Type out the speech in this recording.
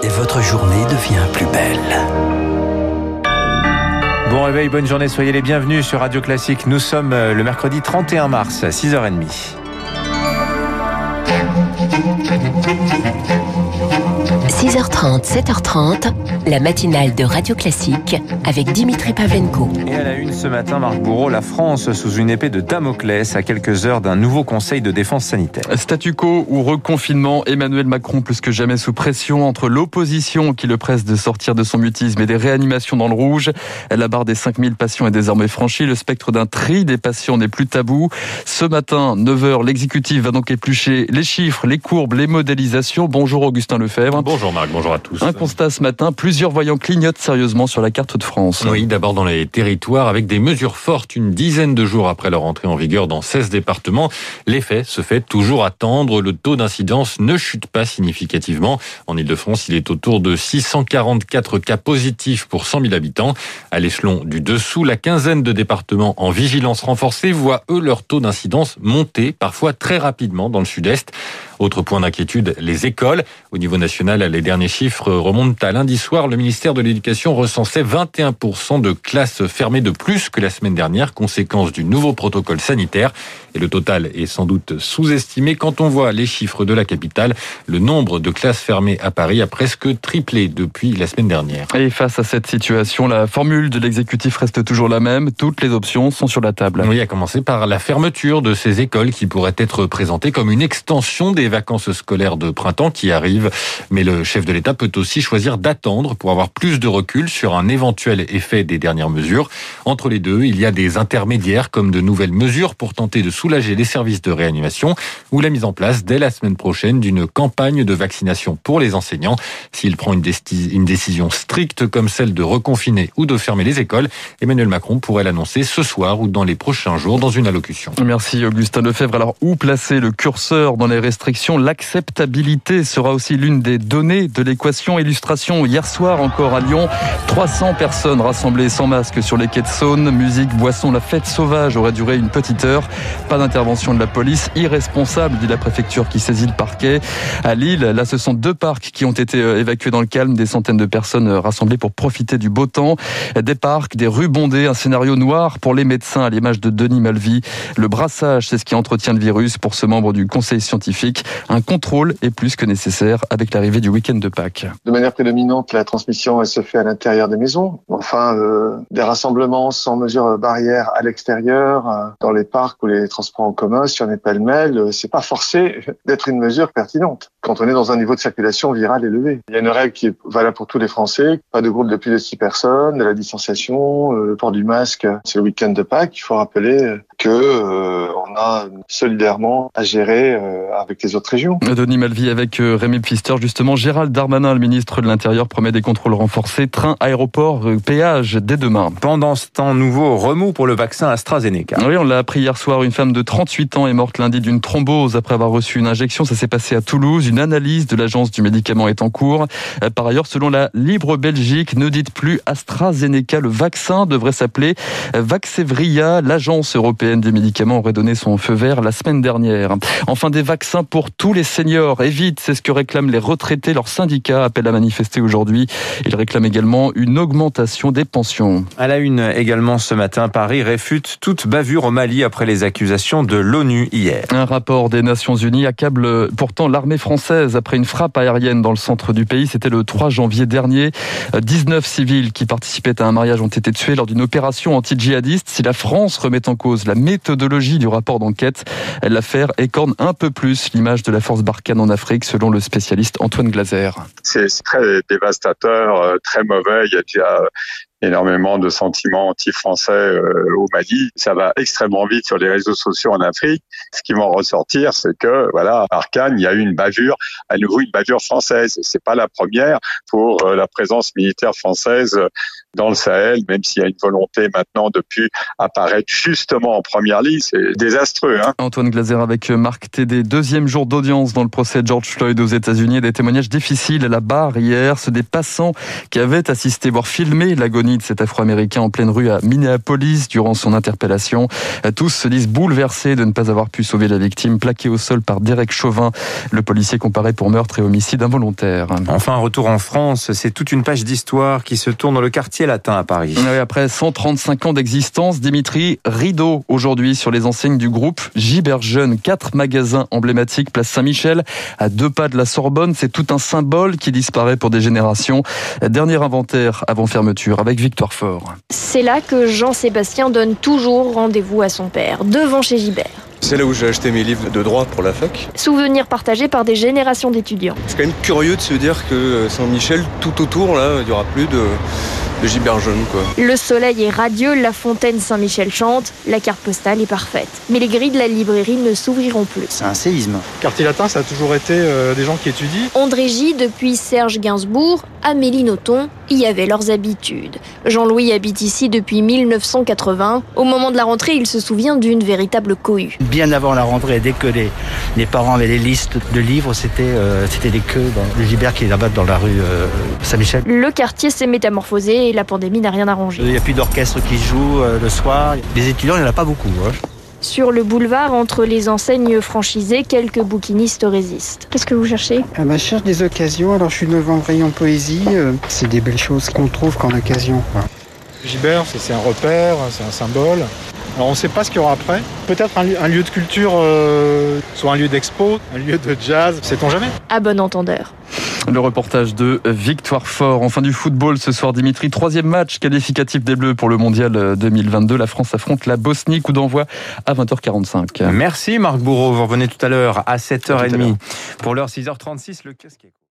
et votre journée devient plus belle. Bon réveil, bonne journée, soyez les bienvenus sur Radio Classique. Nous sommes le mercredi 31 mars, 6h30. « 6h30, 7h30, la matinale de Radio Classique avec Dimitri Pavlenko. » Et à la une ce matin, Marc Bourreau, la France sous une épée de Damoclès à quelques heures d'un nouveau conseil de défense sanitaire. Statu quo ou reconfinement, Emmanuel Macron plus que jamais sous pression entre l'opposition qui le presse de sortir de son mutisme et des réanimations dans le rouge. La barre des 5000 patients est désormais franchie. Le spectre d'un tri des patients n'est plus tabou. Ce matin, 9h, l'exécutif va donc éplucher les chiffres, les courbes, les modélisations. Bonjour Augustin Lefebvre. Bonjour Marc, bonjour à tous. Un constat ce matin, plusieurs voyants clignotent sérieusement sur la carte de France. Oui, d'abord dans les territoires avec des mesures fortes une dizaine de jours après leur entrée en vigueur dans 16 départements. L'effet se fait toujours attendre. Le taux d'incidence ne chute pas significativement. En Ile-de-France, il est autour de 644 cas positifs pour 100 000 habitants. À l'échelon du dessous, la quinzaine de départements en vigilance renforcée voient eux leur taux d'incidence monter, parfois très rapidement dans le sud-est. Autre point d'inquiétude, les écoles. Au niveau national, les derniers chiffres remontent à lundi soir. Le ministère de l'Éducation recensait 21% de classes fermées de plus que la semaine dernière, conséquence du nouveau protocole sanitaire. Et le total est sans doute sous-estimé. Quand on voit les chiffres de la capitale, le nombre de classes fermées à Paris a presque triplé depuis la semaine dernière. Et face à cette situation, la formule de l'exécutif reste toujours la même. Toutes les options sont sur la table. Oui, à commencer par la fermeture de ces écoles qui pourrait être présentée comme une extension des vacances scolaires de printemps qui arrivent. Mais le chef de l'État peut aussi choisir d'attendre pour avoir plus de recul sur un éventuel effet des dernières mesures. Entre les deux, il y a des intermédiaires comme de nouvelles mesures pour tenter de soulager les services de réanimation ou la mise en place dès la semaine prochaine d'une campagne de vaccination pour les enseignants. S'il prend une décision stricte comme celle de reconfiner ou de fermer les écoles, Emmanuel Macron pourrait l'annoncer ce soir ou dans les prochains jours dans une allocution. Merci Augustin Lefebvre. Alors où placer le curseur dans les restrictions ? L'acceptabilité sera aussi l'une des données de l'équation. Illustration hier soir encore à Lyon. 300 personnes rassemblées sans masque sur les quais de Saône. Musique, boissons, la fête sauvage aurait duré une petite heure. Pas d'intervention de la police. Irresponsable, dit la préfecture qui saisit le parquet. À Lille, là ce sont 2 parcs qui ont été évacués dans le calme. Des centaines de personnes rassemblées pour profiter du beau temps. Des parcs, des rues bondées, un scénario noir pour les médecins à l'image de Denis Malvy. Le brassage, c'est ce qui entretient le virus pour ce membre du conseil scientifique. Un contrôle est plus que nécessaire avec l'arrivée du week-end de Pâques. De manière prédominante, la transmission elle se fait à l'intérieur des maisons. Enfin, des rassemblements sans mesure barrière à l'extérieur, dans les parcs ou les transports en commun, sur les pêle-mêle, c'est pas forcé d'être une mesure pertinente quand on est dans un niveau de circulation virale élevé. Il y a une règle qui est valable pour tous les Français, pas de groupe de plus de 6 personnes, de la distanciation, le port du masque. C'est le week-end de Pâques, il faut rappeler que on a solidairement à gérer avec les autres régions. Denis Malvy avec Rémi Pfister. Justement, Gérald Darmanin, le ministre de l'Intérieur, promet des contrôles renforcés. Train, aéroport, péage dès demain. Pendant ce temps, nouveau remous pour le vaccin AstraZeneca. Oui, on l'a appris hier soir. Une femme de 38 ans est morte lundi d'une thrombose après avoir reçu une injection. Ça s'est passé à Toulouse. Une analyse de l'agence du médicament est en cours. Par ailleurs, selon la Libre Belgique, ne dites plus AstraZeneca. Le vaccin devrait s'appeler Vaxzevria. L'agence européenne des médicaments aurait donné son feu vert la semaine dernière. Enfin, des vaccins pour tous les seniors. Et vite, c'est ce que réclament les retraités. Leur syndicat appelle à manifester aujourd'hui. Ils réclament également une augmentation des pensions. À la une également ce matin, Paris réfute toute bavure au Mali après les accusations de l'ONU hier. Un rapport des Nations Unies accable pourtant l'armée française après une frappe aérienne dans le centre du pays. C'était le 3 janvier dernier. 19 civils qui participaient à un mariage ont été tués lors d'une opération anti-djihadiste. Si la France remet en cause la méthodologie du rapport d'enquête, l'affaire écorne un peu plus l'image de la force Barkhane en Afrique, selon le spécialiste Antoine Glaser. C'est très dévastateur, très mauvais. Il y a déjà énormément de sentiments anti-français au Mali. Ça va extrêmement vite sur les réseaux sociaux en Afrique. Ce qui va en ressortir, c'est que, voilà, à Barkhane, il y a eu une bavure, à nouveau une bavure française. C'est pas la première pour la présence militaire française dans le Sahel, même s'il y a une volonté maintenant de plus apparaître justement en première ligne. C'est désastreux. Antoine Glaser avec Marc Tédé. Deuxième jour d'audience dans le procès de George Floyd aux États-Unis. Des témoignages difficiles à la barre hier. Ceux des passants qui avaient assisté, voire filmé l'agonie de cet Afro-Américain en pleine rue à Minneapolis durant son interpellation. Tous se disent bouleversés de ne pas avoir avoir pu sauver la victime plaquée au sol par Derek Chauvin. Le policier comparé pour meurtre et homicide involontaire. Enfin, un retour en France, c'est toute une page d'histoire qui se tourne dans le quartier latin à Paris. Oui, après 135 ans d'existence, Dimitri, rideau aujourd'hui sur les enseignes du groupe Gibert Jeune. 4 magasins emblématiques, place Saint-Michel, à 2 pas de la Sorbonne. C'est tout un symbole qui disparaît pour des générations. Dernier inventaire avant fermeture avec Victoire Fort. C'est là que Jean-Sébastien donne toujours rendez-vous à son père, devant chez Gibert. C'est là où j'ai acheté mes livres de droit pour la fac. Souvenir partagé par des générations d'étudiants. C'est quand même curieux de se dire que Saint-Michel, tout autour, là, il n'y aura plus de Gibert Jeune, quoi. Le soleil est radieux, la fontaine Saint-Michel chante, la carte postale est parfaite. Mais les grilles de la librairie ne s'ouvriront plus. C'est un séisme. Quartier latin, ça a toujours été des gens qui étudient. André J, depuis Serge Gainsbourg, Amélie Nothomb y avaient leurs habitudes. Jean-Louis habite ici depuis 1980. Au moment de la rentrée, il se souvient d'une véritable cohue. Bien avant la rentrée, dès que les parents avaient les listes de livres, c'était des queues dans le Gibert qui est là-bas dans la rue Saint-Michel. Le quartier s'est métamorphosé et la pandémie n'a rien arrangé. Il n'y a plus d'orchestre qui joue le soir. Les étudiants, il n'y en a pas beaucoup. Sur le boulevard, entre les enseignes franchisées, quelques bouquinistes résistent. Qu'est-ce que vous cherchez ? Je cherche des occasions. Alors, je suis devant le rayon poésie. C'est des belles choses qu'on trouve qu'en occasion. Gibert, c'est un repère, c'est un symbole. Alors, on ne sait pas ce qu'il y aura après. Peut-être un lieu de culture, soit un lieu d'expo, un lieu de jazz. Sait-on jamais ? À bon entendeur. Le reportage de Victoire Fort. En fin du football ce soir, Dimitri, 3e match qualificatif des Bleus pour le Mondial 2022. La France affronte la Bosnie, coup d'envoi à 20h45. Merci Marc Bourreau, vous revenez tout à l'heure à 7h30. Pour l'heure 6h36, le casque est...